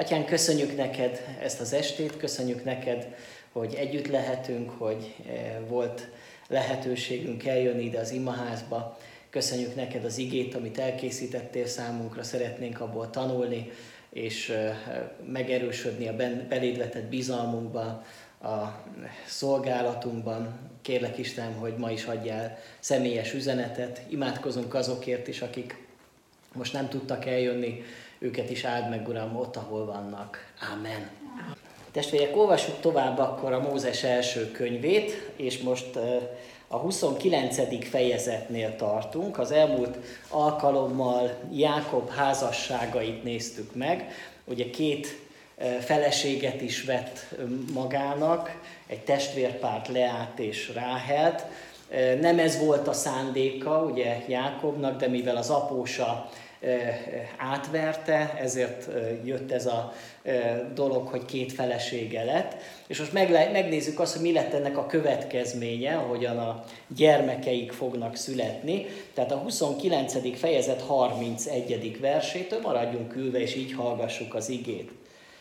Atyánk, köszönjük neked ezt az estét, köszönjük neked, hogy együtt lehetünk, hogy volt lehetőségünk eljönni ide az imaházba. Köszönjük neked az igét, amit elkészítettél számunkra, szeretnénk abból tanulni, és megerősödni a beléd vetett bizalmunkban, a szolgálatunkban. Kérlek Istenem, hogy ma is adjál személyes üzenetet. Imádkozunk azokért is, akik most nem tudtak eljönni, őket is áld meg, Uram, ott, ahol vannak. Ámen. Testvérek, olvassuk tovább akkor a Mózes első könyvét, és most a 29. fejezetnél tartunk. Az elmúlt alkalommal Jákob házasságait néztük meg. Ugye két feleséget is vett magának, egy testvérpárt, Leát és Ráhelt. Nem ez volt a szándéka ugye Jákobnak, de mivel az apósa átverte, ezért jött ez a dolog, hogy két felesége lett. És most megnézzük azt, hogy mi lett ennek a következménye, ahogyan a gyermekeik fognak születni. Tehát a 29. fejezet 31. versétől maradjunk ülve, és így hallgassuk az igét.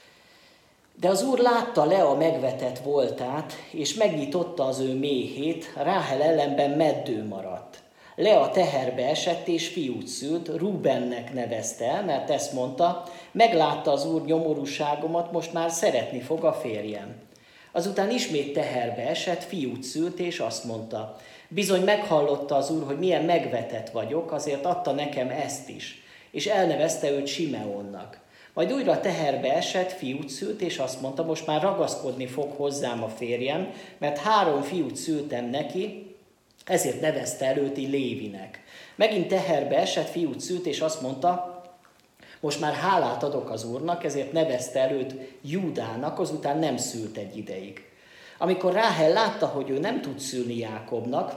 De az Úr látta Lea megvetett voltát, és megnyitotta az ő méhét, Ráhel ellenben meddő maradt. Lea teherbe esett, és fiút szült, Rúbennek nevezte el, mert ezt mondta, meglátta az Úr nyomorúságomat, most már szeretni fog a férjem. Azután ismét teherbe esett, fiút szült, és azt mondta, bizony meghallotta az Úr, hogy milyen megvetett vagyok, azért adta nekem ezt is, és elnevezte őt Simeonnak. Majd újra teherbe esett, fiút szült, és azt mondta, most már ragaszkodni fog hozzám a férjem, mert 3 fiút szültem neki, ezért nevezte el őt Lévinek. Megint teherbe esett, fiút szült, és azt mondta, most már hálát adok az Úrnak, ezért nevezte el őt Júdának, azután nem szült egy ideig. Amikor Ráhel látta, hogy ő nem tud szülni Jákobnak,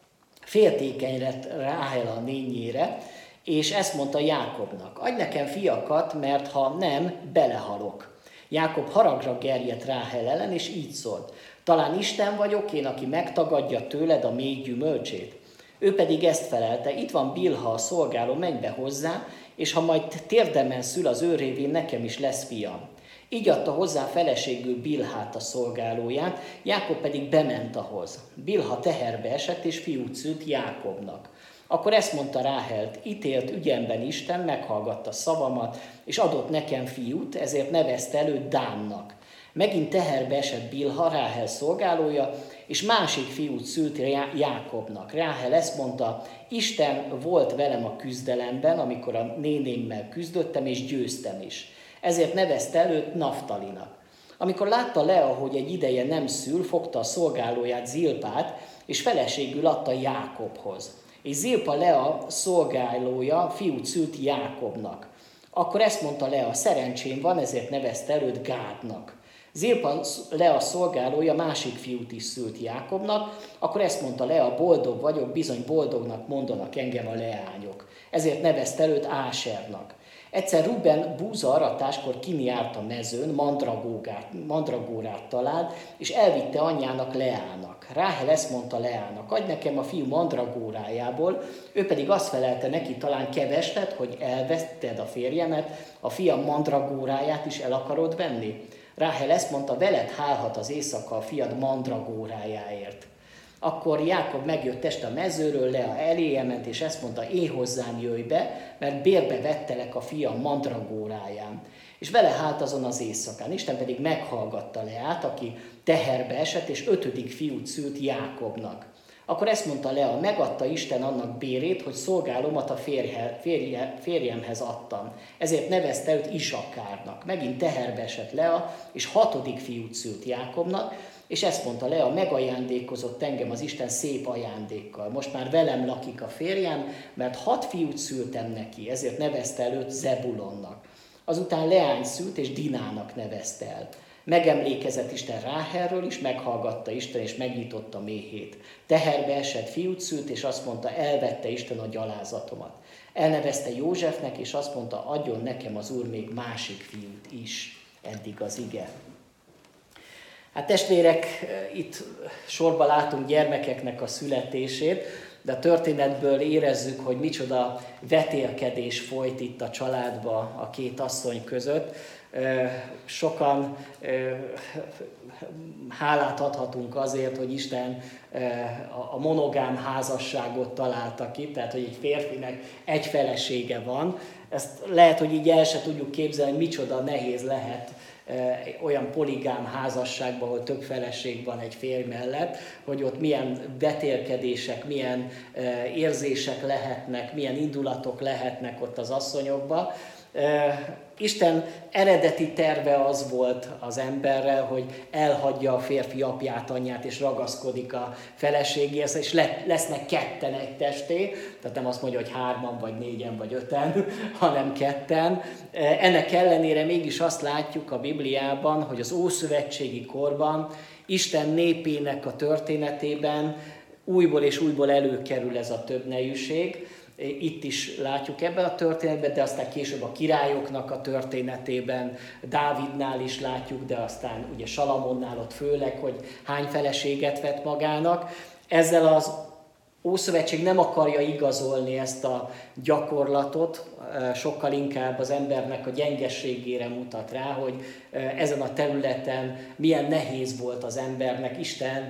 féltékeny lett Ráhel a lényére, és ezt mondta Jákobnak, adj nekem fiakat, mert ha nem, belehalok. Jákob haragra gerjedt Ráhel ellen, és így szólt, talán Isten vagyok én, aki megtagadja tőled a méh gyümölcsét? Ő pedig ezt felelte, itt van Bilha a szolgáló, menj be hozzá, és ha majd térdemen szül az ő révén, nekem is lesz fiam. Így adta hozzá feleségül Bilhát a szolgálóját, Jákob pedig bement ahhoz. Bilha teherbe esett, és fiút szült Jákobnak. Akkor ezt mondta Ráhelt, ítélt ügyemben Isten, meghallgatta szavamat, és adott nekem fiút, ezért nevezte el őt Dánnak. Megint teherbe esett Bilha, Ráhel szolgálója, és másik fiút szült Jákobnak. Ráhel ezt mondta, Isten volt velem a küzdelemben, amikor a nénémmel küzdöttem, és győztem is. Ezért nevezte el őt Naftalinak. Amikor látta Lea, hogy egy ideje nem szül, fogta a szolgálóját, Zilpát, és feleségül adta Jákobhoz. És Zilpa Lea szolgálója fiút szült Jákobnak. Akkor ezt mondta Lea, szerencsém van, ezért nevezte el őt Gádnak. Zilpa Lea szolgálója másik fiút is szült Jákobnak, akkor ezt mondta Lea, boldog vagyok, bizony boldognak mondanak engem a leányok. Ezért nevezte el őt Ásernak. Egyszer Ruben búza aratáskor kini járt a mezőn, mandragórát talált, és elvitte anyjának Leának. Ráhel ezt mondta Leának, adj nekem a fiú mandragórájából, ő pedig azt felelte neki, talán keves lett, hogy elvetted a férjemet, a fiam mandragóráját is el akarod venni? Ráhel ezt mondta, veled hálhat az éjszaka a fiad mandragórájáért. Akkor Jákob megjött este a mezőről, Lea eléje ment, és ezt mondta, én hozzám jöjj be, mert bérbe vettelek a fiam mandragóráján. És vele hált azon az éjszakán. Isten pedig meghallgatta Leát, aki teherbe esett, és 5. fiút szült Jákobnak. Akkor ezt mondta Lea, megadta Isten annak bérét, hogy szolgálómat a férjemhez adtam. Ezért nevezte őt Isakárnak. Megint teherbe esett Lea, és 6. fiút szült Jákobnak, és ezt mondta Lea, megajándékozott engem az Isten szép ajándékkal. Most már velem lakik a férjem, mert 6 fiút szültem neki, ezért nevezte el őt Zebulonnak. Azután leány szült, és Dinának nevezte el. Megemlékezett Isten Ráhelről is, meghallgatta Isten, és megnyitotta méhét. Teherbe esett fiút szült, és azt mondta, elvette Isten a gyalázatomat. Elnevezte Józsefnek, és azt mondta, adjon nekem az Úr még másik fiút is. Eddig az ige. Hát testvérek, itt sorba látunk gyermekeknek a születését, de a történetből érezzük, hogy micsoda vetélkedés folyt itt a családba a két asszony között. Sokan hálát adhatunk azért, hogy Isten a monogám házasságot találta ki, tehát hogy egy férfinek egy felesége van. Ezt lehet, hogy így el se tudjuk képzelni, hogy micsoda nehéz lehet olyan poligám házasságban, ahol több feleség van egy férj mellett, hogy ott milyen vetélkedések, milyen érzések lehetnek, milyen indulatok lehetnek ott az asszonyokban. Isten eredeti terve az volt az emberrel, hogy elhagyja a férfi apját, anyját, és ragaszkodik a feleségéhez, és lesznek ketten egy testé, tehát nem azt mondja, hogy 3-an, vagy 4-en, vagy 5-en, hanem ketten. Ennek ellenére mégis azt látjuk a Bibliában, hogy az ószövetségi korban Isten népének a történetében újból és újból előkerül ez a többnejűség. Itt is látjuk ebben a történetben, de aztán később a királyoknak a történetében, Dávidnál is látjuk, de aztán ugye Salamonnál ott főleg, hogy hány feleséget vett magának. Ezzel az Ószövetség nem akarja igazolni ezt a gyakorlatot, sokkal inkább az embernek a gyengeségére mutat rá, hogy ezen a területen milyen nehéz volt az embernek Isten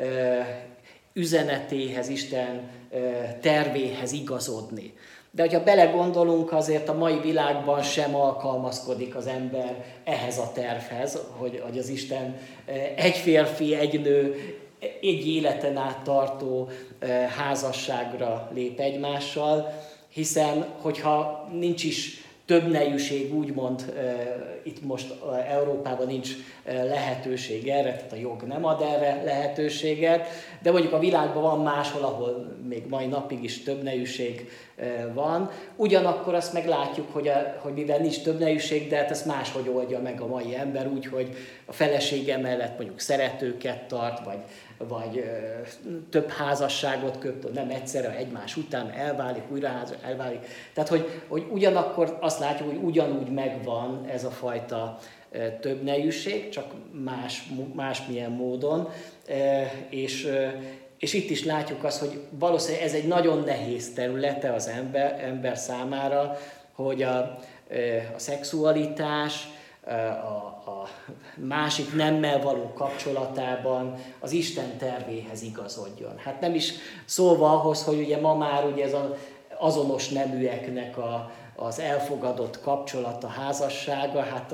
üzenetéhez, Isten tervéhez igazodni. De hogyha belegondolunk, azért a mai világban sem alkalmazkodik az ember ehhez a tervhez, hogy az Isten egy férfi, egy nő, egy életen át tartó házasságra lép egymással, hiszen hogyha nincs is többnejűség, úgymond itt most Európában nincs lehetőség erre, tehát a jog nem ad erre lehetőséget, de mondjuk a világban van máshol, ahol még mai napig is többnejűség van. Ugyanakkor azt meglátjuk, hogy mivel nincs többnejűség, de hát ezt máshogy oldja meg a mai ember, úgy, hogy a felesége mellett mondjuk szeretőket tart, vagy több házasságot köt, nem egyszerre, egymás után második újra elválik. Tehát, hogy ugyanakkor azt látjuk, hogy ugyanúgy megvan ez a fajta többnejűség, csak másmilyen módon, és itt is látjuk azt, hogy valószínűleg ez egy nagyon nehéz területe az ember számára, hogy a szexualitás, a másik nemmel való kapcsolatában az Isten tervéhez igazodjon. Hát nem is szólva ahhoz, hogy ugye ma már ugye ez az azonos neműeknek az elfogadott kapcsolata, házassága, hát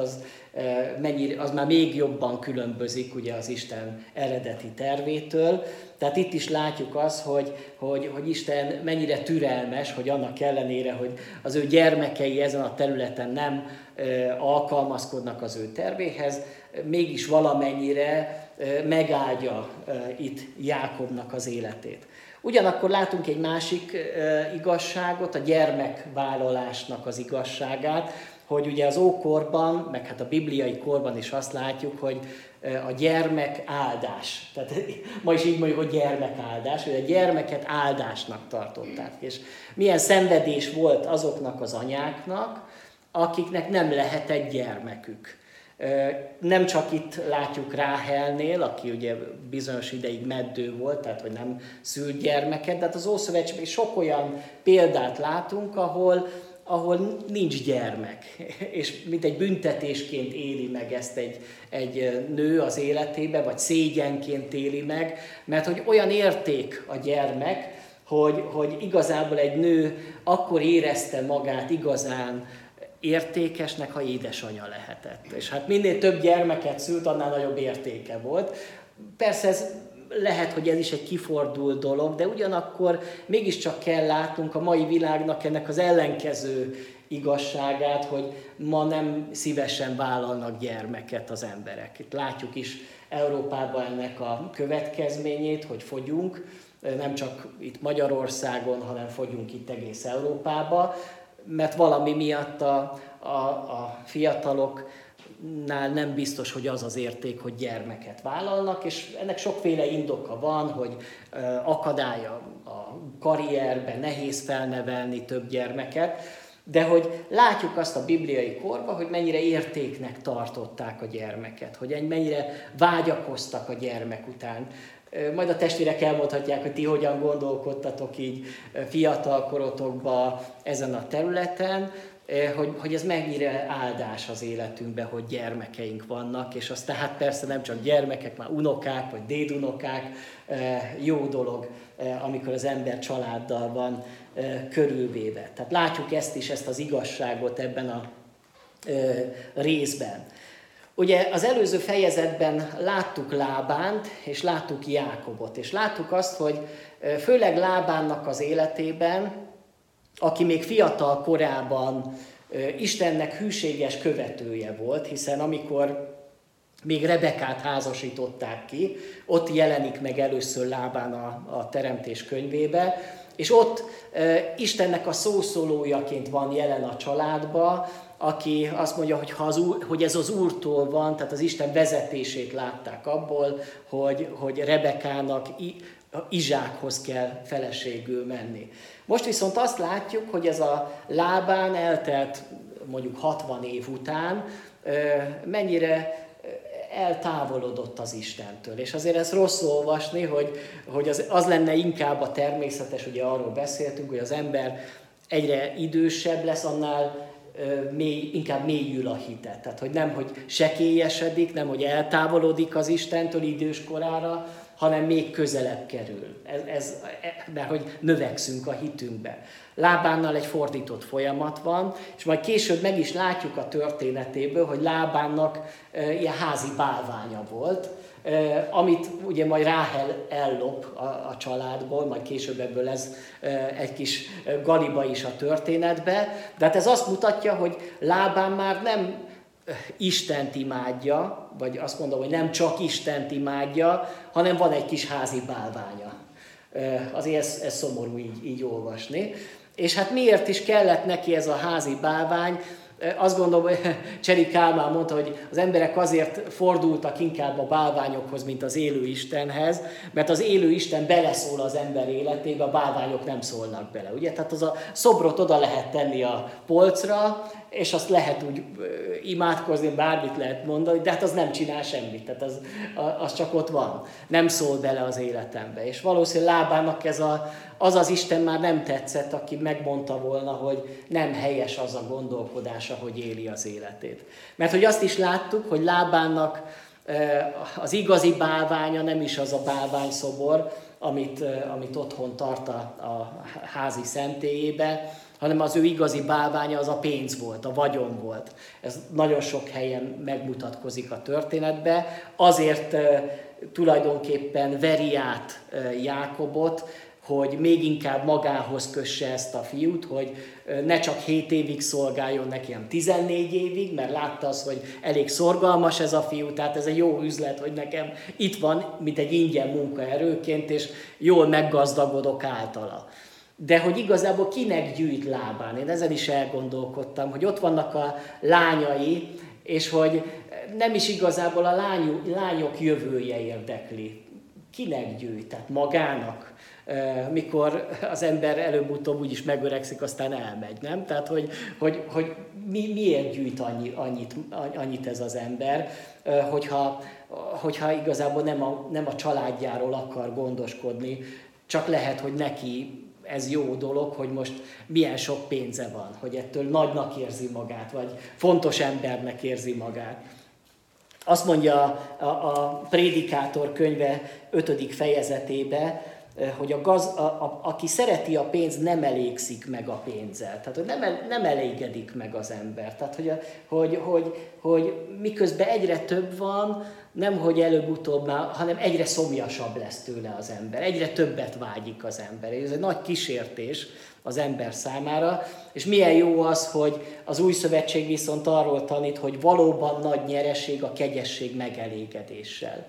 az már még jobban különbözik ugye az Isten eredeti tervétől. Tehát itt is látjuk azt, hogy Isten mennyire türelmes, hogy annak ellenére, hogy az ő gyermekei ezen a területen nem alkalmazkodnak az ő tervéhez, mégis valamennyire megáldja itt Jákobnak az életét. Ugyanakkor látunk egy másik igazságot, a gyermekvállalásnak az igazságát, hogy ugye az ókorban, meg hát a bibliai korban is azt látjuk, hogy a gyermek áldás. Tehát ma is így mondjuk, hogy gyermekáldás, hogy a gyermeket áldásnak tartották. És milyen szenvedés volt azoknak az anyáknak, akiknek nem lehetett gyermekük. Nem csak itt látjuk Ráhelnél, aki ugye bizonyos ideig meddő volt, tehát hogy nem szült gyermeket, de hát az Ószövetségben sok olyan példát látunk, ahol nincs gyermek, és mint egy büntetésként éli meg ezt egy nő az életébe, vagy szégyenként éli meg, mert hogy olyan érték a gyermek, hogy igazából egy nő akkor érezte magát igazán értékesnek, ha édesanyja lehetett. És hát minél több gyermeket szült, annál nagyobb értéke volt. Persze ez lehet, hogy ez is egy kifordult dolog, de ugyanakkor mégiscsak kell látnunk a mai világnak ennek az ellenkező igazságát, hogy ma nem szívesen vállalnak gyermeket az emberek. Itt látjuk is Európában ennek a következményét, hogy fogyunk, nem csak itt Magyarországon, hanem fogyunk itt egész Európába, mert valami miatt a fiataloknál nem biztos, hogy az az érték, hogy gyermeket vállalnak, és ennek sokféle indoka van, hogy akadály a karrierben, nehéz felnevelni több gyermeket, de hogy látjuk azt a bibliai korban, hogy mennyire értéknek tartották a gyermeket, hogy mennyire vágyakoztak a gyermek után. Majd a testvérek elmondhatják, hogy ti hogyan gondolkodtatok így fiatal korotokban ezen a területen. hogy ez mennyire áldás az életünkben, hogy gyermekeink vannak, és az tehát persze nem csak gyermekek, már unokák vagy dédunokák, jó dolog, amikor az ember családdal van körülvéve. Tehát látjuk ezt az igazságot ebben a részben. Ugye az előző fejezetben láttuk Lábánt, és láttuk Jákobot, és láttuk azt, hogy főleg Lábánnak az életében, aki még fiatal korában Istennek hűséges követője volt, hiszen amikor még Rebekát házasították ki, ott jelenik meg először Lábán a Teremtés könyvébe, és ott Istennek a szószólójaként van jelen a családba, aki azt mondja, hogy ez az Úrtól van, tehát az Isten vezetését látták abból, hogy Rebekának Izsákhoz kell feleségül menni. Most viszont azt látjuk, hogy ez a Lábán eltelt mondjuk 60 év után mennyire eltávolodott az Istentől. És azért ez rossz olvasni, hogy az lenne inkább a természetes, ugye arról beszéltünk, hogy az ember egyre idősebb lesz, annál inkább mélyül a hite. Tehát, hogy nem, hogy sekélyesedik, nem, hogy eltávolodik az Istentől időskorára, hanem még közelebb kerül. Mert hogy növekszünk a hitünkbe. Lábánnal egy fordított folyamat van, és majd később meg is látjuk a történetéből, hogy Lábánnak ilyen házi bálványa volt, amit ugye majd Ráhel ellop a családból, majd később ebből lesz egy kis galiba is a történetbe. De hát ez azt mutatja, hogy Lábán már nem Istent imádja, vagy azt mondom, hogy nem csak Istent imádja, hanem van egy kis házi bálványa. Azért ez szomorú így olvasni. És hát miért is kellett neki ez a házi bálvány? Azt gondolom, hogy Cseri Kálmán mondta, hogy az emberek azért fordultak inkább a bálványokhoz, mint az élő Istenhez, mert az élő Isten beleszól az ember életébe, a bálványok nem szólnak bele. Ugye? Tehát az a szobrot oda lehet tenni a polcra, és azt lehet úgy imádkozni, bármit lehet mondani, de hát az nem csinál semmit, tehát az csak ott van. Nem szól bele az életembe. És valószínűleg Lábánnak az Isten már nem tetszett, aki megmondta volna, hogy nem helyes az a gondolkodása, hogy éli az életét. Mert hogy azt is láttuk, hogy Lábánnak az igazi bálványa nem is az a bálványszobor, amit otthon tart a házi szentélyébe, hanem az ő igazi bálványa az a pénz volt, a vagyon volt. Ez nagyon sok helyen megmutatkozik a történetben. Azért tulajdonképpen veri át Jákobot, hogy még inkább magához kösse ezt a fiút, hogy ne csak 7 évig szolgáljon neki, hanem 14 évig, mert látta azt, hogy elég szorgalmas ez a fiú, tehát ez egy jó üzlet, hogy nekem itt van, mint egy ingyen munkaerőként, és jól meggazdagodok általa. De hogy igazából kinek gyűjt Lábán? Én ezen is elgondolkodtam, hogy ott vannak a lányai, és hogy nem is igazából a lányok jövője érdekli. Kinek gyűjt? Tehát magának? Mikor az ember előbb-utóbb úgyis megöregszik, aztán elmegy, nem? Tehát, hogy miért gyűjt annyit ez az ember, hogyha igazából nem a családjáról akar gondoskodni, csak lehet, hogy neki ez jó dolog, hogy most milyen sok pénze van, hogy ettől nagynak érzi magát, vagy fontos embernek érzi magát. Azt mondja a Prédikátor könyve 5. fejezetébe, hogy aki szereti a pénzt, nem elégszik meg a pénzzel. Tehát, hogy nem elégedik meg az ember. Tehát, hogy miközben egyre több van, nem hogy előbb-utóbb már, hanem egyre szomjasabb lesz tőle az ember. Egyre többet vágyik az ember. Ez egy nagy kísértés az ember számára. És milyen jó az, hogy az Új Szövetség viszont arról tanít, hogy valóban nagy nyereség a kegyesség megelégedéssel.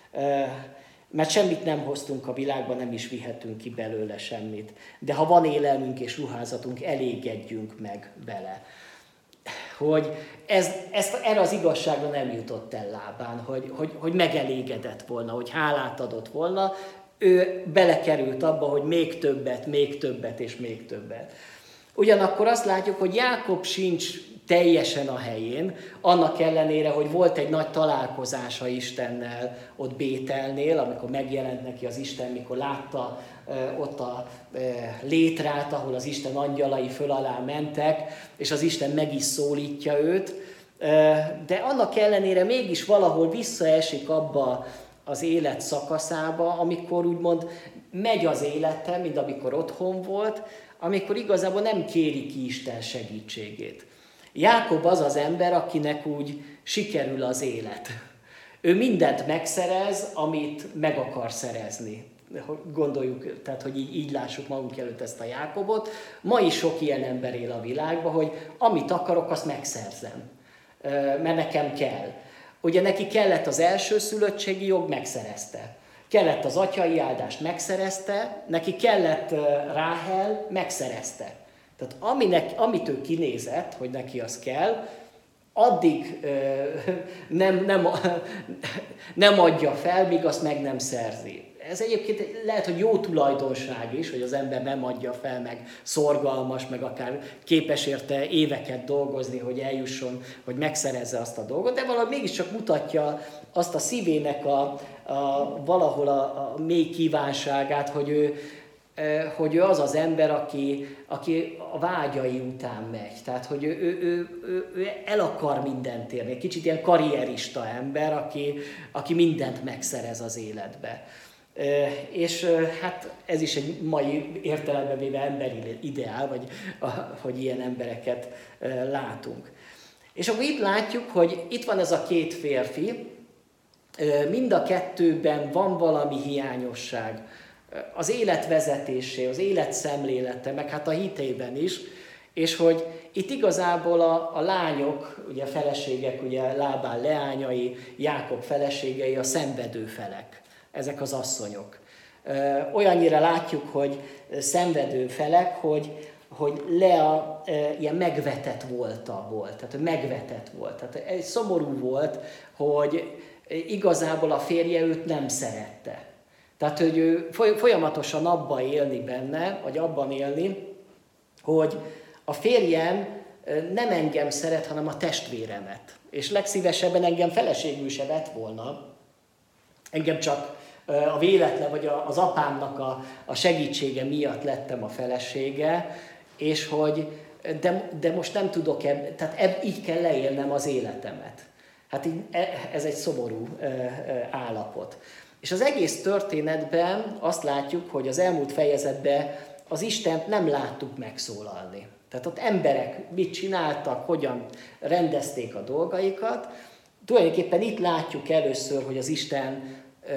Mert semmit nem hoztunk a világba, nem is vihetünk ki belőle semmit. De ha van élelmünk és ruházatunk, elégedjünk meg vele. Hogy erre az igazságra nem jutott el Lábán, hogy megelégedett volna, hogy hálát adott volna. Ő belekerült abba, hogy még többet és még többet. Ugyanakkor azt látjuk, hogy Jákob sincs teljesen a helyén, annak ellenére, hogy volt egy nagy találkozása Istennel ott Bételnél, amikor megjelent neki az Isten, mikor látta ott a létrát, ahol az Isten angyalai föl alá mentek, és az Isten meg is szólítja őt, de annak ellenére mégis valahol visszaesik abba az élet szakaszába, amikor úgymond megy az élete, mint amikor otthon volt, amikor igazából nem kéri ki Isten segítségét. Jákob az az ember, akinek úgy sikerül az élet. Ő mindent megszerez, amit meg akar szerezni. Gondoljuk, tehát hogy így lássuk magunk előtt ezt a Jákobot. Ma is sok ilyen ember él a világban, hogy amit akarok, azt megszerzem, mert nekem kell. Ugye neki kellett az elsőszülöttségi jog, megszerezte. Kellett az atyai áldást, megszerezte, neki kellett Ráhel, megszerezte. Tehát amit ő kinézett, hogy neki az kell, addig nem adja fel, míg azt meg nem szerzi. Ez egyébként lehet, hogy jó tulajdonság is, hogy az ember nem adja fel, meg szorgalmas, meg akár képes érte éveket dolgozni, hogy eljusson, hogy megszerezze azt a dolgot, de valahogy mégiscsak mutatja azt a szívének valahol a mély kívánságát, hogy ő az az ember, aki a vágyai után megy. Tehát, hogy ő el akar mindent érni. Kicsit ilyen karrierista ember, aki mindent megszerez az életbe. És hát ez is egy mai értelemben véve emberi ideál, vagy hogy ilyen embereket látunk. És akkor itt látjuk, hogy itt van ez a két férfi, mind a kettőben van valami hiányosság. Az életvezetésé, az életszemlélete, meg hát a hitében is, és hogy itt igazából a lányok, ugye a feleségek, ugye Lábán leányai, Jákob feleségei, a szenvedő felek, ezek az asszonyok. Olyannyira látjuk, hogy szenvedő felek, hogy Lea ilyen megvetett volt, tehát hogy megvetett volt. Tehát egy szomorú volt, hogy igazából a férje őt nem szerette. Tehát, hogy ő folyamatosan abban élni benne, vagy abban élni, hogy a férjem nem engem szeret, hanem a testvéremet. És legszívesebben engem feleségül se vett volna. Engem csak a véletlen, vagy az apámnak a segítsége miatt lettem a felesége, és hogy de most nem tudok, tehát így kell leélnem az életemet. Hát így, ez egy szomorú állapot. És az egész történetben azt látjuk, hogy az elmúlt fejezetben az Istent nem láttuk megszólalni. Tehát ott emberek mit csináltak, hogyan rendezték a dolgaikat. Tulajdonképpen itt látjuk először, hogy az Isten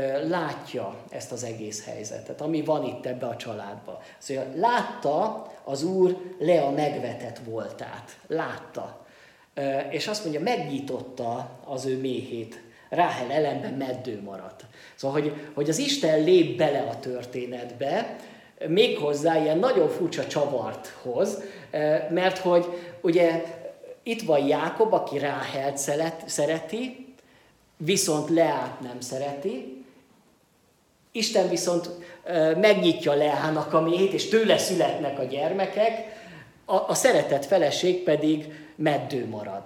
látja ezt az egész helyzetet, ami van itt ebbe a családba. Szóval látta az Úr Lea megvetett voltát. Látta. És azt mondja, megnyitotta az ő méhét. Ráhel ellenben meddő maradt. Szóval, hogy az Isten lép bele a történetbe, méghozzá ilyen nagyon furcsa csavart hoz, mert hogy ugye itt van Jákob, aki Ráhelt szereti, viszont Leát nem szereti. Isten viszont megnyitja Leának a méhét, és tőle születnek a gyermekek, a szeretett feleség pedig meddő marad.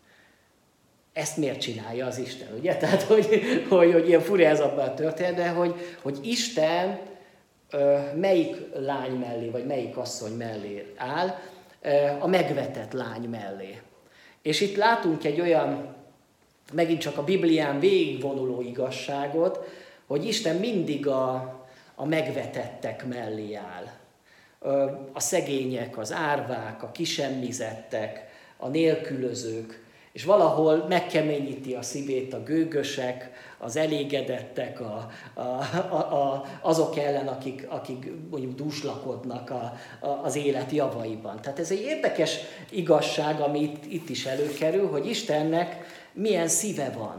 Ezt miért csinálja az Isten, ugye? Tehát, hogy ilyen fura ez abban a történetben, hogy Isten melyik lány mellé, vagy melyik asszony mellé áll, a megvetett lány mellé. És itt látunk egy olyan, megint csak a Biblián végigvonuló igazságot, hogy Isten mindig a megvetettek mellé áll. A szegények, az árvák, a kisemmizettek, a nélkülözők, és valahol megkeményíti a szívét a gőgösek, az elégedettek, azok ellen, akik mondjuk dúslakodnak az élet javaiban. Tehát ez egy érdekes igazság, ami itt is előkerül, hogy Istennek milyen szíve van,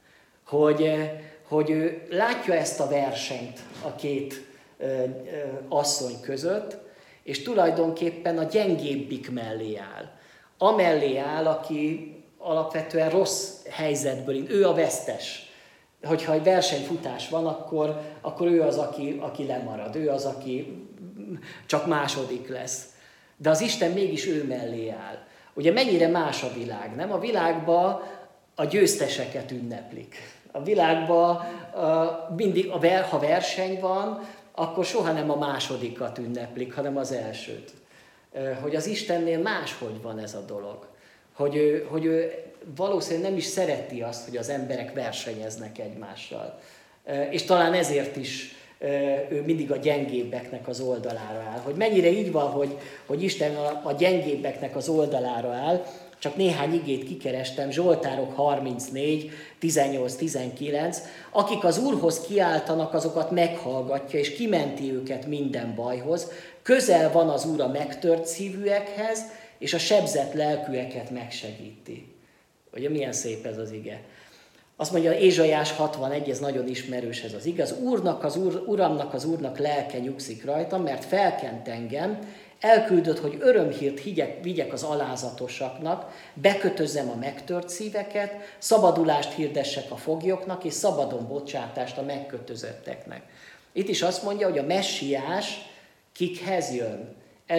hogy ő látja ezt a versenyt a két asszony között, és tulajdonképpen a gyengébbik mellé áll. Amellé áll, aki alapvetően rossz helyzetből, ő a vesztes. Hogyha egy versenyfutás van, akkor ő az, aki lemarad, ő az, aki csak második lesz. De az Isten mégis ő mellé áll. Ugye mennyire más a világ, nem? A világban a győzteseket ünneplik. A világban mindig, ha verseny van, akkor soha nem a másodikat ünneplik, hanem az elsőt. Hogy az Istennél máshogy van ez a dolog. Hogy ő valószínűleg nem is szereti azt, hogy az emberek versenyeznek egymással. És talán ezért is ő mindig a gyengébbeknek az oldalára áll. Hogy mennyire így van, hogy Isten a gyengébbeknek az oldalára áll, csak néhány igét kikerestem, Zsoltárok 34, 18-19, akik az Úrhoz kiáltanak, azokat meghallgatja, és kimenti őket minden bajhoz. Közel van az Úr a megtört szívűekhez, és a sebzett lelkűeket megsegíti. Ugye milyen szép ez az ige. Azt mondja, Ézsaiás 61, ez nagyon ismerős ez az ige. Uramnak, az Úrnak lelke nyugszik rajtam, mert felkent engem, elküldött, hogy örömhírt vigyek az alázatosaknak, bekötözzem a megtört szíveket, szabadulást hirdessek a foglyoknak, és szabadon bocsátást a megkötözötteknek. Itt is azt mondja, hogy a messiás kikhez jön.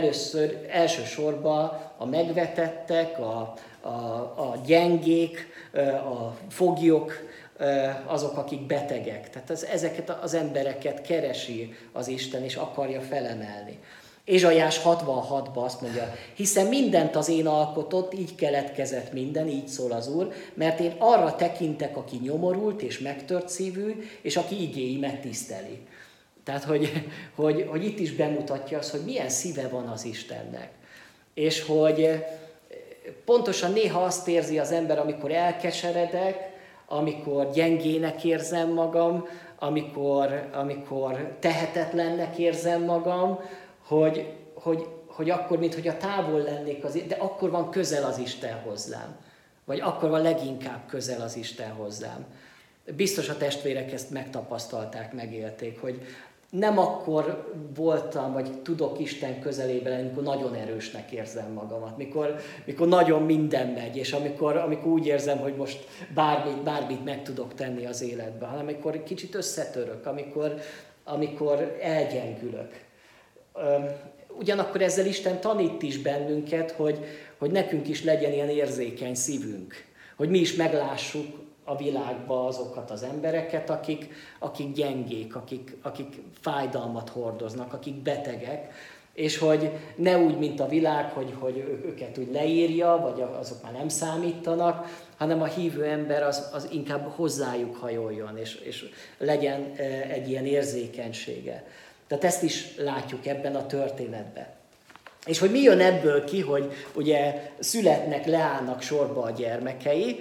Elsősorban a megvetettek, a gyengék, a foglyok, azok, akik betegek. Tehát ezeket az embereket keresi az Isten, és akarja felemelni. Ézsaiás 66-ban azt mondja, hiszen mindent az én alkotott, így keletkezett minden, így szól az Úr, mert én arra tekintek, aki nyomorult és megtört szívű, és aki igéimet tiszteli. Tehát, hogy itt is bemutatja azt, hogy milyen szíve van az Istennek. És hogy pontosan néha azt érzi az ember, amikor elkeseredek, amikor gyengének érzem magam, amikor tehetetlennek érzem magam, hogy akkor, mintha távol lennék, de akkor van közel az Isten hozzám. Vagy akkor van leginkább közel az Isten hozzám. Biztos a testvérek ezt megtapasztalták, megélték, hogy nem akkor voltam, vagy tudok Isten közelében lenni, amikor nagyon erősnek érzem magamat, mikor nagyon minden megy, és amikor úgy érzem, hogy most bármit meg tudok tenni az életben, hanem amikor kicsit összetörök, amikor elgyengülök. Ugyanakkor ezzel Isten tanít is bennünket, hogy nekünk is legyen ilyen érzékeny szívünk, hogy mi is meglássuk a világba azokat az embereket, akik gyengék, akik fájdalmat hordoznak, akik betegek, és hogy ne úgy, mint a világ, hogy őket úgy leírja, vagy azok már nem számítanak, hanem a hívő ember az inkább hozzájuk hajoljon, és legyen egy ilyen érzékenysége. Tehát ezt is látjuk ebben a történetben. És hogy mi jön ebből ki, hogy ugye születnek, leállnak sorba a gyermekei.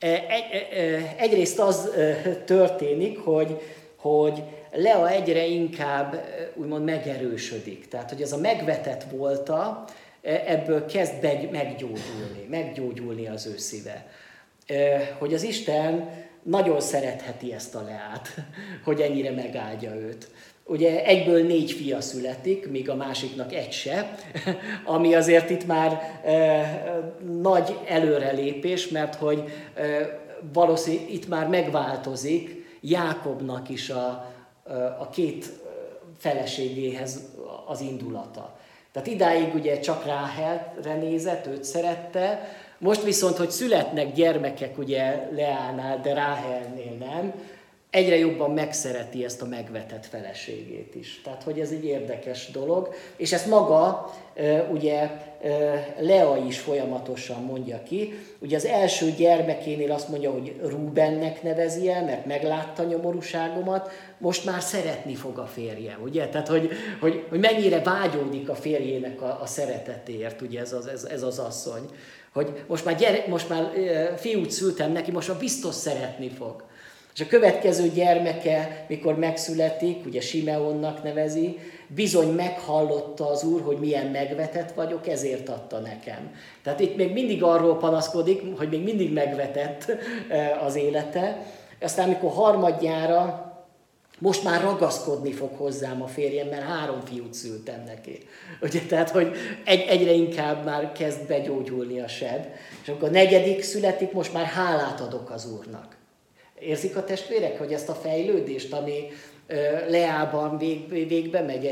Egyrészt az történik, hogy Lea egyre inkább úgymond megerősödik. Tehát, hogy ez a megvetett volta, ebből kezd meggyógyulni az ő szíve. Hogy az Isten nagyon szeretheti ezt a Leát, hogy ennyire megáldja őt. Ugye egyből 4 fia születik, míg a másiknak egy se, ami azért itt már nagy előrelépés, mert hogy valószínűleg itt már megváltozik Jákobnak is a 2 feleségéhez az indulata. Tehát idáig ugye csak Ráhelre nézett, őt szerette, most viszont, hogy születnek gyermekek ugye Leánál, de Ráhelnél nem, egyre jobban megszereti ezt a megvetett feleségét is. Tehát, hogy ez egy érdekes dolog, és ezt maga ugye Lea is folyamatosan mondja ki. Ugye az első gyermekénél azt mondja, hogy Rúbennek nevezi el, mert meglátta nyomorúságomat, most már szeretni fog a férjem, ugye? Tehát, hogy mennyire vágyódik a férjének a szeretetéért, ugye ez az asszony. Hogy most már fiút szültem neki, most már biztos szeretni fog. És a következő gyermeke, mikor megszületik, ugye Simeonnak nevezi, bizony meghallotta az Úr, hogy milyen megvetett vagyok, ezért adta nekem. Tehát itt még mindig arról panaszkodik, hogy még mindig megvetett az élete. Aztán, amikor harmadjára, most már ragaszkodni fog hozzám a férjem, mert 3 fiút szültem neki. Ugye, tehát, hogy egyre inkább már kezd begyógyulni a seb. És amikor a 4. születik, most már hálát adok az Úrnak. Érzik a testvérek, hogy ezt a fejlődést, ami Leában végbe megy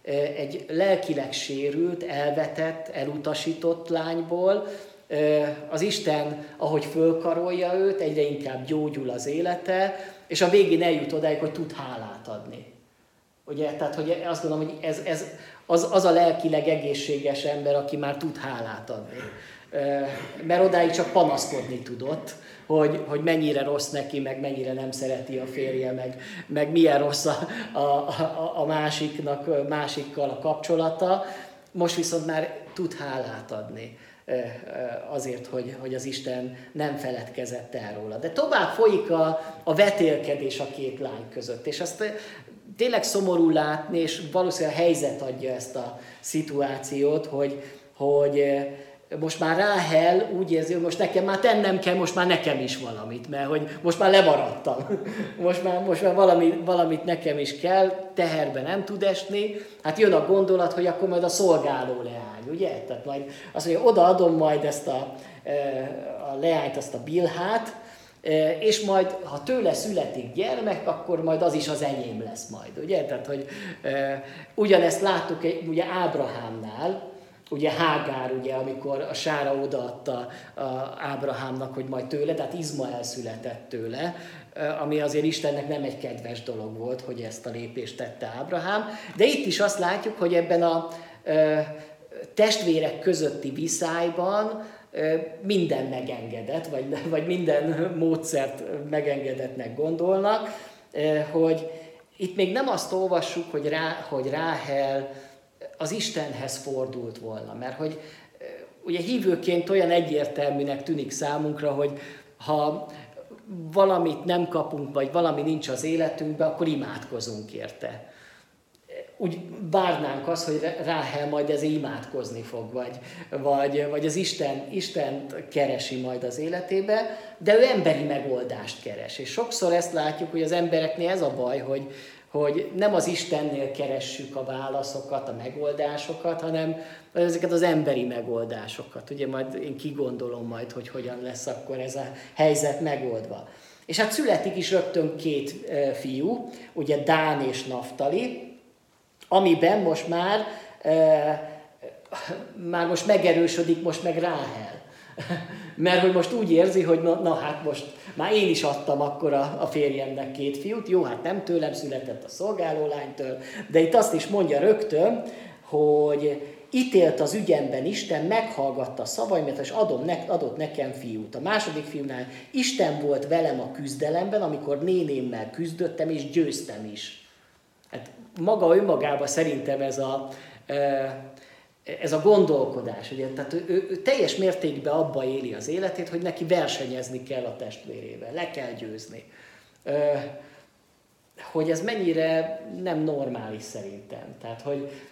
egy lelkileg sérült, elvetett, elutasított lányból, az Isten, ahogy fölkarolja őt, egyre inkább gyógyul az élete, és a végén eljut odáig, hogy tud hálát adni. Ugye? Tehát hogy azt gondolom, hogy ez az a lelkileg egészséges ember, aki már tud hálát adni. Mert odáig csak panaszkodni tudott, hogy mennyire rossz neki, meg mennyire nem szereti a férje, meg milyen rossz a másikkal a kapcsolata. Most viszont már tud hálát adni azért, hogy az Isten nem feledkezett el róla. De tovább folyik a vetélkedés a két lány között, és azt tényleg szomorú látni, és valószínűleg a helyzet adja ezt a szituációt, hogy most már Ráhel úgy érzi, hogy most nekem már tennem kell, most már nekem is valamit, mert hogy most már lemaradtam. Most már valamit nekem is kell, teherbe nem tud esni. Hát jön a gondolat, hogy akkor majd a szolgáló leány, ugye? Tehát majd azt mondja, odaadom majd ezt a leányt, azt a Bilhát, és majd, ha tőle születik gyermek, akkor majd az is az enyém lesz majd, ugye? Tehát, hogy ugyanezt láttuk ugye Ábrahámnál, ugye Hágár, ugye, amikor a Sára odaadta Ábrahámnak, hogy majd tőle, tehát Izmael született tőle, ami azért Istennek nem egy kedves dolog volt, hogy ezt a lépést tette Ábrahám. De itt is azt látjuk, hogy ebben a testvérek közötti viszályban minden megengedett, vagy minden módszert megengedettnek gondolnak, hogy itt még nem azt olvassuk, hogy Ráhel az Istenhez fordult volna, mert hogy ugye hívőként olyan egyértelműnek tűnik számunkra, hogy ha valamit nem kapunk, vagy valami nincs az életünkben, akkor imádkozunk érte. Úgy várnánk azt, hogy Ráhel majd ezért imádkozni fog, vagy az Istent keresi majd az életébe, de ő emberi megoldást keres. És sokszor ezt látjuk, hogy az embereknél ez a baj, hogy nem az Istennél keressük a válaszokat, a megoldásokat, hanem ezeket az emberi megoldásokat. Ugye majd én kigondolom majd, hogy hogyan lesz akkor ez a helyzet megoldva. És hát születik is rögtön két fiú, ugye Dán és Naftali, amiben most már most megerősödik most meg Ráhel. Mert hogy most úgy érzi, hogy na hát most már én is adtam akkor a férjemnek két fiút, jó, hát nem tőlem született a szolgálólánytól, de itt azt is mondja rögtön, hogy ítélt az ügyemben Isten, meghallgatta szavaimat, és adott nekem fiút. A második fiúnál Isten volt velem a küzdelemben, amikor nénémmel küzdöttem, és győztem is. Hát maga önmagában szerintem ez a gondolkodás, ugye? Tehát ő teljes mértékben abba éli az életét, hogy neki versenyezni kell a testvérével, le kell győzni. Hogy ez mennyire nem normális szerintem. Tehát,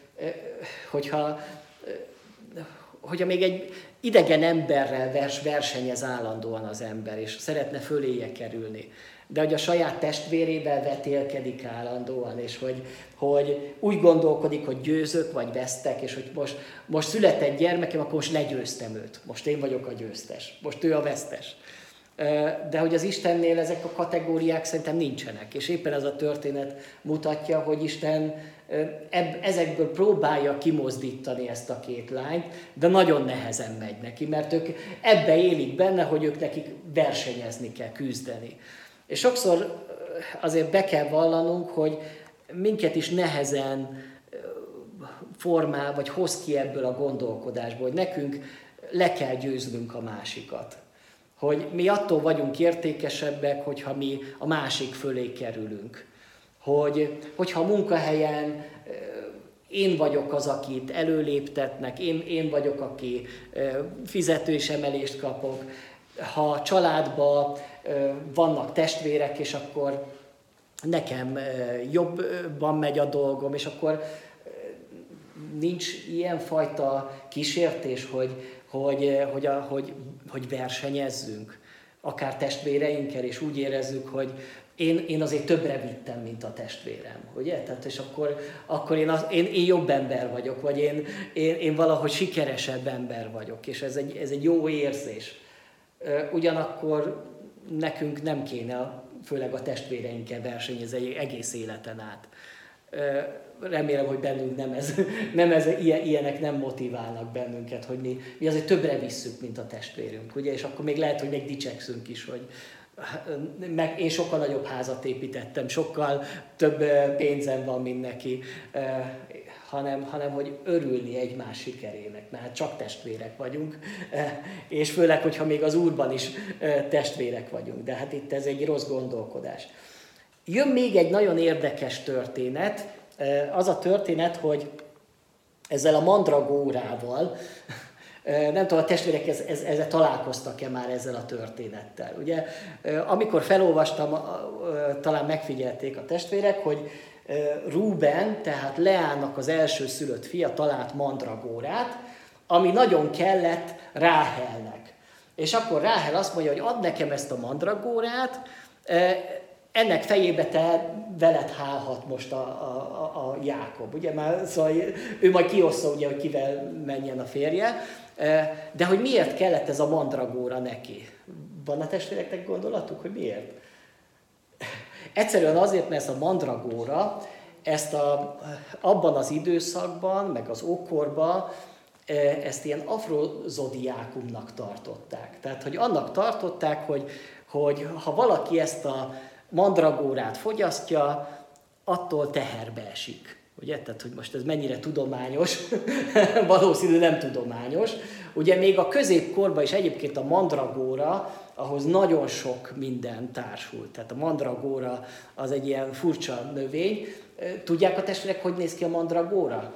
hogyha még egy idegen emberrel versenyez állandóan az ember, és szeretne föléje kerülni, de hogy a saját testvérével vetélkedik állandóan, és hogy úgy gondolkodik, hogy győzök, vagy vesztek, és hogy most született gyermekem, akkor most legyőztem őt. Most én vagyok a győztes, most ő a vesztes. De hogy az Istennél ezek a kategóriák szerintem nincsenek. És éppen ez a történet mutatja, hogy Isten ezekből próbálja kimozdítani ezt a két lányt, de nagyon nehezen megy neki, mert ők ebbe élik benne, hogy ők nekik versenyezni kell, küzdeni. És sokszor azért be kell vallanunk, hogy minket is nehezen formál, vagy hoz ki ebből a gondolkodásból, hogy nekünk le kell győznünk a másikat. Hogy mi attól vagyunk értékesebbek, hogyha mi a másik fölé kerülünk. Hogyha a munkahelyen én vagyok az, akit előléptetnek, én vagyok, aki fizetősemelést kapok, ha a családban vannak testvérek, és akkor nekem jobban megy a dolgom, és akkor nincs ilyenfajta kísértés, hogy versenyezzünk, akár testvéreinkkel, és úgy érezzük, hogy én azért többre vittem, mint a testvérem, ugye? Tehát, és akkor én jobb ember vagyok, vagy én valahogy sikeresebb ember vagyok, és ez egy jó érzés. Ugyanakkor nekünk nem kéne, főleg a testvéreinkkel versenyezni egész életen át. Remélem, hogy bennünk nem ez ilyenek nem motiválnak bennünket, hogy mi azért többre visszük, mint a testvérünk, ugye? És akkor még lehet, hogy még dicsekszünk is, hogy én sokkal nagyobb házat építettem, sokkal több pénzem van, mint neki, hanem hogy örülni egymás sikerének, mert hát csak testvérek vagyunk, és főleg, hogyha még az Úrban is testvérek vagyunk, de hát itt ez egy rossz gondolkodás. Jön még egy nagyon érdekes történet, az a történet, hogy ezzel a mandragórával, nem tudom, a testvérek ezzel találkoztak-e már ezzel a történettel. Ugye, amikor felolvastam, talán megfigyelték a testvérek, hogy Rúben, tehát Leának az első szülött fia talált mandragórát, ami nagyon kellett Ráhelnek. És akkor Ráhel azt mondja, hogy add nekem ezt a mandragórát, ennek fejébe te veled hálhat most a Jákob. Ugye már, szóval ő majd kiossza, ugye, hogy kivel menjen a férje, de hogy miért kellett ez a mandragóra neki? Van a testvéreknek gondolatuk, hogy miért? Egyszerűen azért, mert ez a mandragóra, abban az időszakban, meg az ókorban, ezt ilyen afrozodiákumnak tartották. Tehát, hogy annak tartották, hogy ha valaki ezt a mandragórát fogyasztja, attól teherbe esik. Ugye? Tehát, hogy most ez mennyire tudományos, valószínű nem tudományos. Ugye még a középkorban is egyébként a mandragóra, ahhoz nagyon sok minden társult. Tehát a mandragóra az egy ilyen furcsa növény. Tudják a testvérek, hogy néz ki a mandragóra?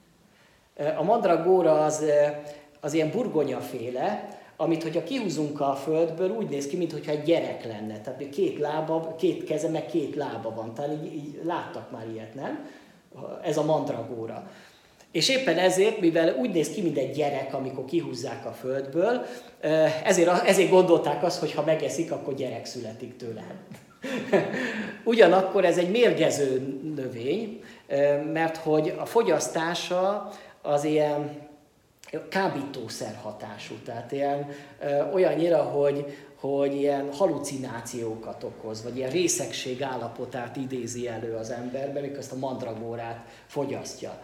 A mandragóra az ilyen burgonyaféle, amit, hogyha kihúzunk a földből, úgy néz ki, mintha egy gyerek lenne. Tehát két keze, meg két lába van. Tehát így láttak már ilyet, nem? Ez a mandragóra. És éppen ezért, mivel úgy néz ki, mint egy gyerek, amikor kihúzzák a földből, ezért gondolták azt, hogy ha megeszik, akkor gyerek születik tőle. Ugyanakkor ez egy mérgező növény, mert hogy a fogyasztása az ilyen kábítószer hatású, tehát olyannyira, hogy ilyen halucinációkat okoz, vagy ilyen részegség állapotát idézi elő az emberben, mikor ezt a mandragórát fogyasztja.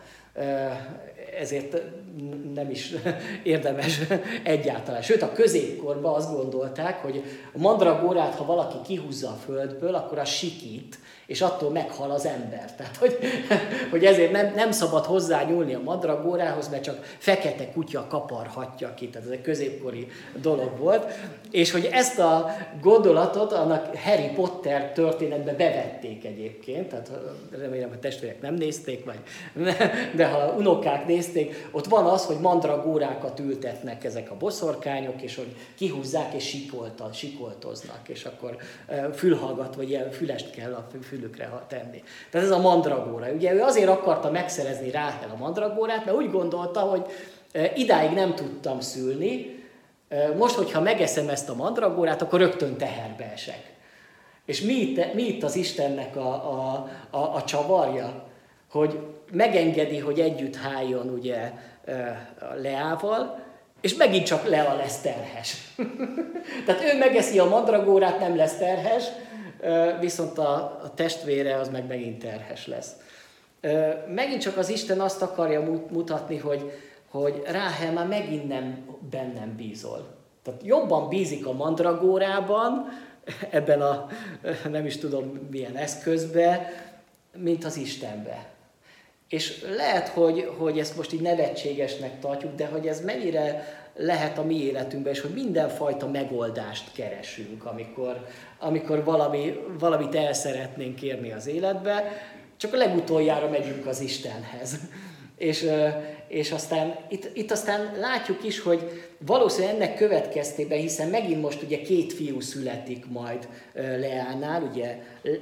Ezért nem is érdemes egyáltalán. Sőt, a középkorban azt gondolták, hogy a mandragórát, ha valaki kihúzza a földből, akkor az sikít, és attól meghal az ember. Tehát, hogy ezért nem szabad hozzányúlni a mandragórához, mert csak fekete kutya kaparhatja ki. Tehát ez egy középkori dolog volt. És hogy ezt a gondolatot annak Harry Potter történetbe bevették egyébként. Tehát remélem, hogy testvérek nem nézték, de ha unokák nézték, ott van az, hogy mandragórákat ültetnek ezek a boszorkányok, és hogy kihúzzák és sikoltoznak, és akkor fülhallgat, vagy ilyen fülest kell a fülükre tenni. Tehát ez a mandragóra. Ugye ő azért akarta megszerezni Ráhel a mandragórát, mert úgy gondolta, hogy idáig nem tudtam szülni, most, hogyha megeszem ezt a mandragórát, akkor rögtön teherbe esek. És mi itt az Istennek a csavarja? Hogy megengedi, hogy együtt háljon ugye Leával, és megint csak Lea lesz terhes. Tehát ő megeszi a mandragórát, nem lesz terhes, viszont a testvére az megint terhes lesz. Megint csak az Isten azt akarja mutatni, hogy Ráhel már megint nem bennem bízol. Tehát jobban bízik a mandragórában, ebben a nem is tudom milyen eszközbe, mint az Istenbe. És lehet, hogy ezt most így nevetségesnek tartjuk, de hogy ez mennyire lehet a mi életünkben, és hogy mindenfajta megoldást keresünk, amikor valamit el szeretnénk érni az életbe, csak a legutoljára megyünk az Istenhez. És aztán itt aztán látjuk is, hogy valószínűleg ennek következtében, hiszen megint most ugye 2 fiú születik majd Leánál, ugye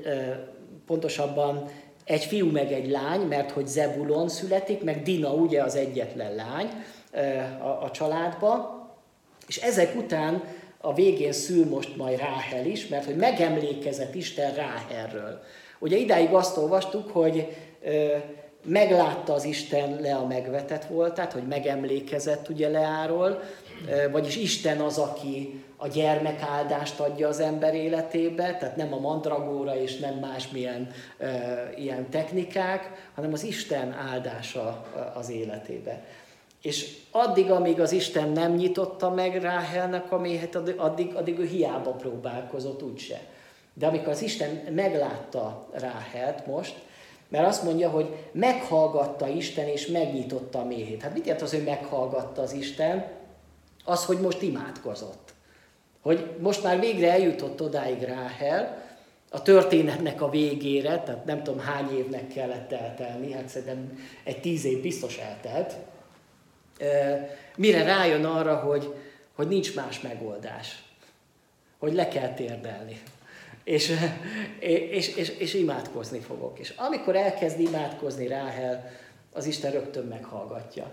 pontosabban egy fiú meg egy lány, mert hogy Zebulon születik, meg Dina ugye az egyetlen lány a családba, és ezek után a végén szül most majd Ráhel is, mert hogy megemlékezett Isten Ráhelről. Ugye idáig azt olvastuk, hogy meglátta az Isten Lea megvetett voltát, hogy megemlékezett ugye Leáról, vagyis Isten az, aki a gyermekáldást adja az ember életébe, tehát nem a mandragóra és nem másmilyen ilyen technikák, hanem az Isten áldása az életébe. És addig, amíg az Isten nem nyitotta meg Ráhelnek a méhet, addig ő hiába próbálkozott úgyse. De amikor az Isten meglátta Ráhelt most, mert azt mondja, hogy meghallgatta Isten és megnyitotta a méhét. Hát mit jelent az, hogy meghallgatta az Isten? Az, hogy most imádkozott. Hogy most már végre eljutott odáig Ráhel, a történetnek a végére, tehát nem tudom hány évnek kellett eltelni, hát szerintem egy 10 év biztos eltelt, mire rájön arra, hogy nincs más megoldás, hogy le kell térdelni. És imádkozni fogok. És amikor elkezd imádkozni Ráhel, az Isten rögtön meghallgatja.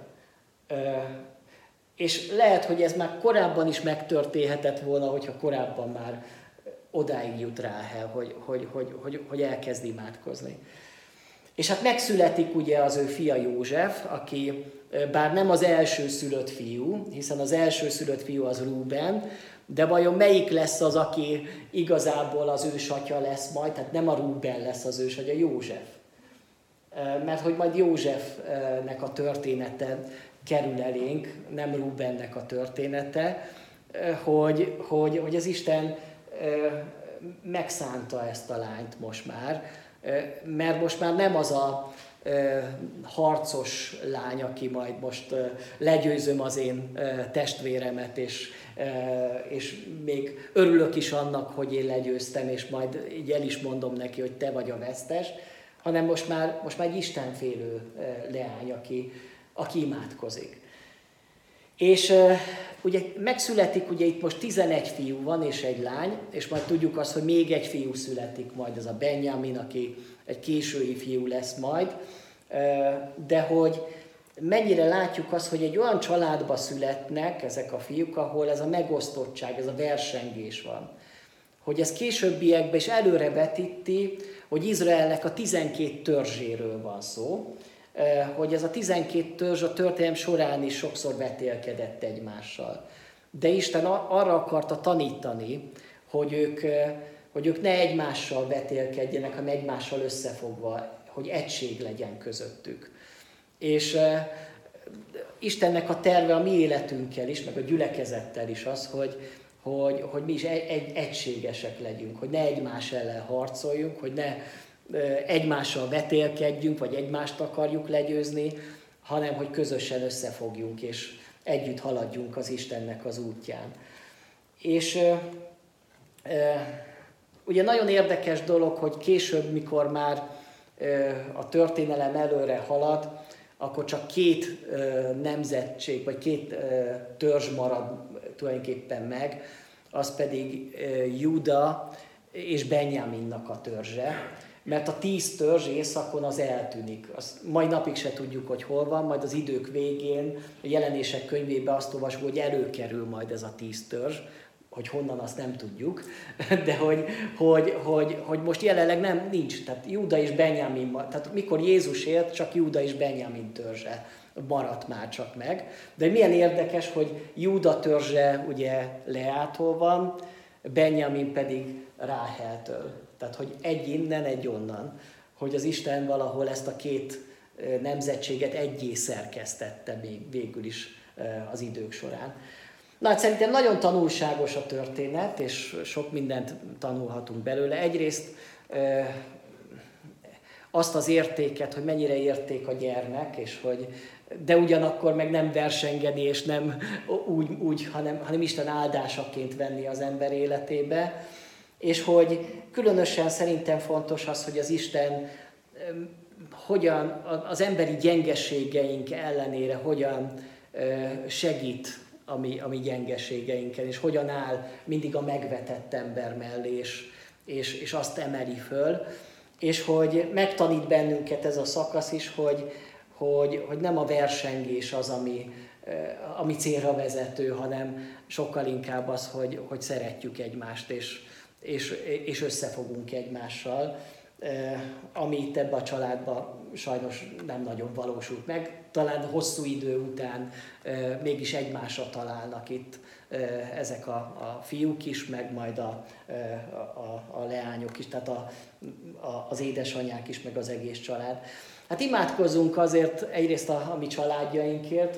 És lehet, hogy ez már korábban is megtörténhetett volna, hogyha korábban már odáig jut Ráhel, hogy elkezd imádkozni. És hát megszületik ugye az ő fia József, aki bár nem az elsőszülött fiú, hiszen az elsőszülött fiú az Rúben, de vajon melyik lesz az, aki igazából az ősatya lesz majd? Tehát nem a Rúben lesz az ősatya, József. Mert hogy majd Józsefnek a története kerül elénk, nem Rúbennek a története, hogy az Isten megszánta ezt a lányt most már, mert most már nem az a harcos lány, aki majd most legyőzöm az én testvéremet, és még örülök is annak, hogy én legyőztem, és majd így el is mondom neki, hogy te vagy a vesztes, hanem most már egy istenfélő leány, aki imádkozik. És ugye megszületik, ugye itt most 11 fiú van és egy lány, és majd tudjuk azt, hogy még egy fiú születik majd, az a Benjamin, aki egy késői fiú lesz majd, de hogy mennyire látjuk azt, hogy egy olyan családba születnek ezek a fiúk, ahol ez a megosztottság, ez a versengés van. Hogy ez későbbiekben is előrevetíti, hogy Izraelnek a 12 törzséről van szó, hogy ez a 12 törzs a történelem során is sokszor vetélkedett egymással. De Isten arra akarta tanítani, hogy ők ne egymással vetélkedjenek, hanem egymással összefogva, hogy egység legyen közöttük. És Istennek a terve a mi életünkkel is, meg a gyülekezettel is az, hogy mi is egységesek legyünk, hogy ne egymás ellen harcoljunk, hogy ne egymással vetélkedjünk, vagy egymást akarjuk legyőzni, hanem hogy közösen összefogjunk, és együtt haladjunk az Istennek az útján. És ugye nagyon érdekes dolog, hogy később, mikor már a történelem előre halad, akkor csak 2 nemzetség, vagy 2 törzs marad tulajdonképpen meg, az pedig Júda és Benjaminnak a törzse, mert a 10 törzs északon az eltűnik. Azt mai napig se tudjuk, hogy hol van, majd az idők végén, a Jelenések könyvében azt olvasjuk, hogy előkerül majd ez a 10 törzs, hogy honnan azt nem tudjuk, de hogy most jelenleg nincs, tehát Júda és Benjamin, tehát mikor Jézus élt, csak Júda és Benjamin törzse maradt már csak meg. De milyen érdekes, hogy Júda törzse ugye Leától van, Benjamin pedig Ráheltől. Tehát, hogy egy innen, egy onnan, hogy az Isten valahol ezt a 2 nemzetséget egyé szerkesztette még végül is az idők során. Na hát szerintem nagyon tanulságos a történet, és sok mindent tanulhatunk belőle. Egyrészt azt az értéket, hogy mennyire érték a gyermek, és de ugyanakkor meg nem versengeni, és nem úgy hanem Isten áldásaként venni az ember életébe. És hogy különösen szerintem fontos az, hogy az Isten hogyan az emberi gyengeségeink ellenére hogyan segít a mi gyengeségeinken, és hogyan áll mindig a megvetett ember mellé, és azt emeli föl, és hogy megtanít bennünket ez a szakasz is, hogy nem a versengés az, ami célra vezető, hanem sokkal inkább az, hogy szeretjük egymást, és összefogunk egymással. ami itt ebbe a családba sajnos nem nagyon valósult meg. Talán hosszú idő után mégis egymásra találnak itt ezek a fiúk is, meg majd a leányok is, tehát az édesanyák is, meg az egész család. Hát imádkozzunk azért egyrészt a mi családjainkért,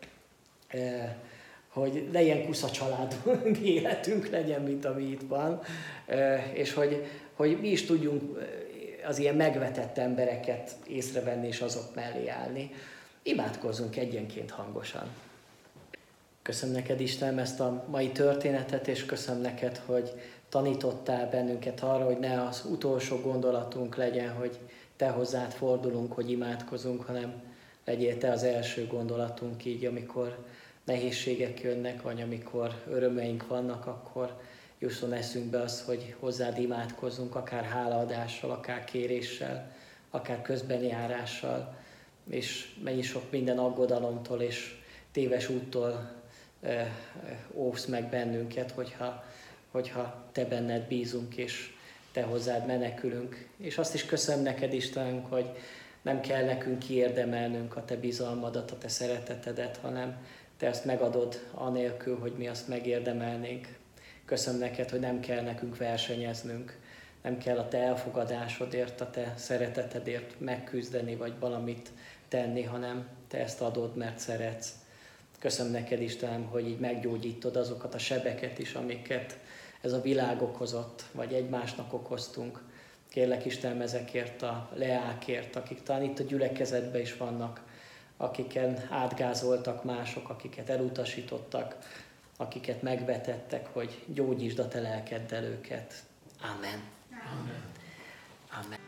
hogy ne ilyen kusza család életünk legyen, mint ami itt van, és hogy mi is tudjunk az ilyen megvetett embereket észrevenni és azok mellé állni. Imádkozzunk egyenként hangosan. Köszönöm neked, Istenem, ezt a mai történetet, és köszönöm neked, hogy tanítottál bennünket arra, hogy ne az utolsó gondolatunk legyen, hogy te hozzád fordulunk, hogy imádkozunk, hanem legyél te az első gondolatunk így, amikor nehézségek jönnek, vagy amikor örömeink vannak, akkor jusson eszünkbe az, hogy hozzád imádkozzunk, akár hálaadással, akár kéréssel, akár közbenjárással, és mennyi sok minden aggodalomtól és téves úttól óvsz meg bennünket, hogyha te benned bízunk, és te hozzád menekülünk. És azt is köszönöm neked, Istenünk, hogy nem kell nekünk kiérdemelnünk a te bizalmadat, a te szeretetedet, hanem te ezt megadod anélkül, hogy mi azt megérdemelnénk. Köszönöm neked, hogy nem kell nekünk versenyeznünk, nem kell a te elfogadásodért, a te szeretetedért megküzdeni, vagy valamit tenni, hanem te ezt adod, mert szeretsz. Köszönöm neked, Istenem, hogy így meggyógyítod azokat a sebeket is, amiket ez a világ okozott, vagy egymásnak okoztunk. Kérlek, Istenem, ezekért a leákért, akik talán itt a gyülekezetben is vannak, akiken átgázoltak mások, akiket elutasítottak, akiket megvetettek, hogy gyógyítsd a te lelkeddel őket. Amen. Amen. Amen.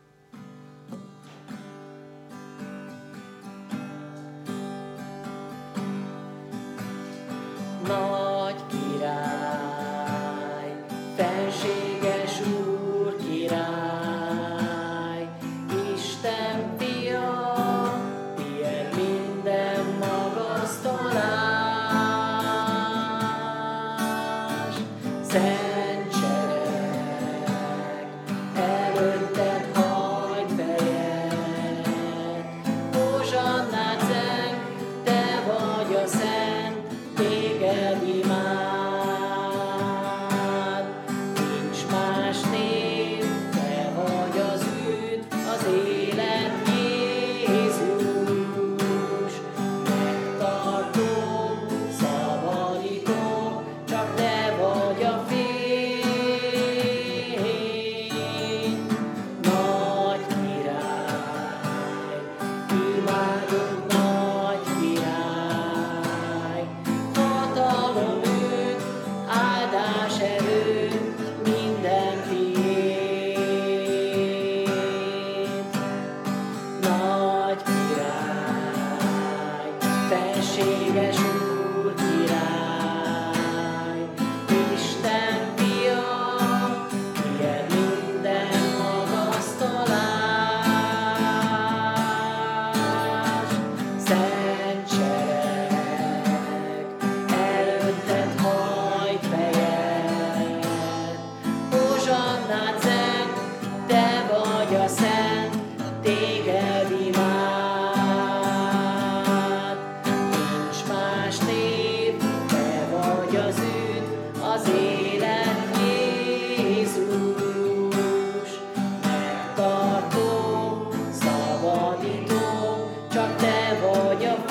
Nagy király, fenséges Úr király, Isten fia, tiéd minden magasztalás. Szent sereg, előtted hajt fejet, hozsannát zeng, te vagy a Szent, téged imád. Nincs más név, te vagy az üdv, az élet Jézus. Megtartó, szabadító, csak te vagy a fény. Nagy király, imádunk, nagy király, hatalom üt, áldás erő, minden tiéd. Nagy király, fenséges Úr király, Isten fia, tiéd minden magasztalás. Szent sereg, előtted hajt fejet, hozsannát zeng, te vagy a Szent, téged imád. Nincs más név, te vagy az üdv, az élet Jézus. Megtartó, szabadító, csak te vagy a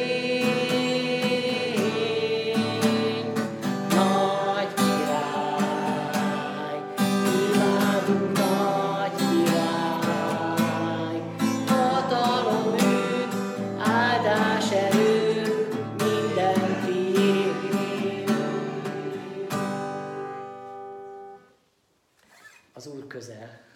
fény. Nagy király, imádunk, nagy király, hatalom üt, áldás erő, minden tiéd. Az Úr közel.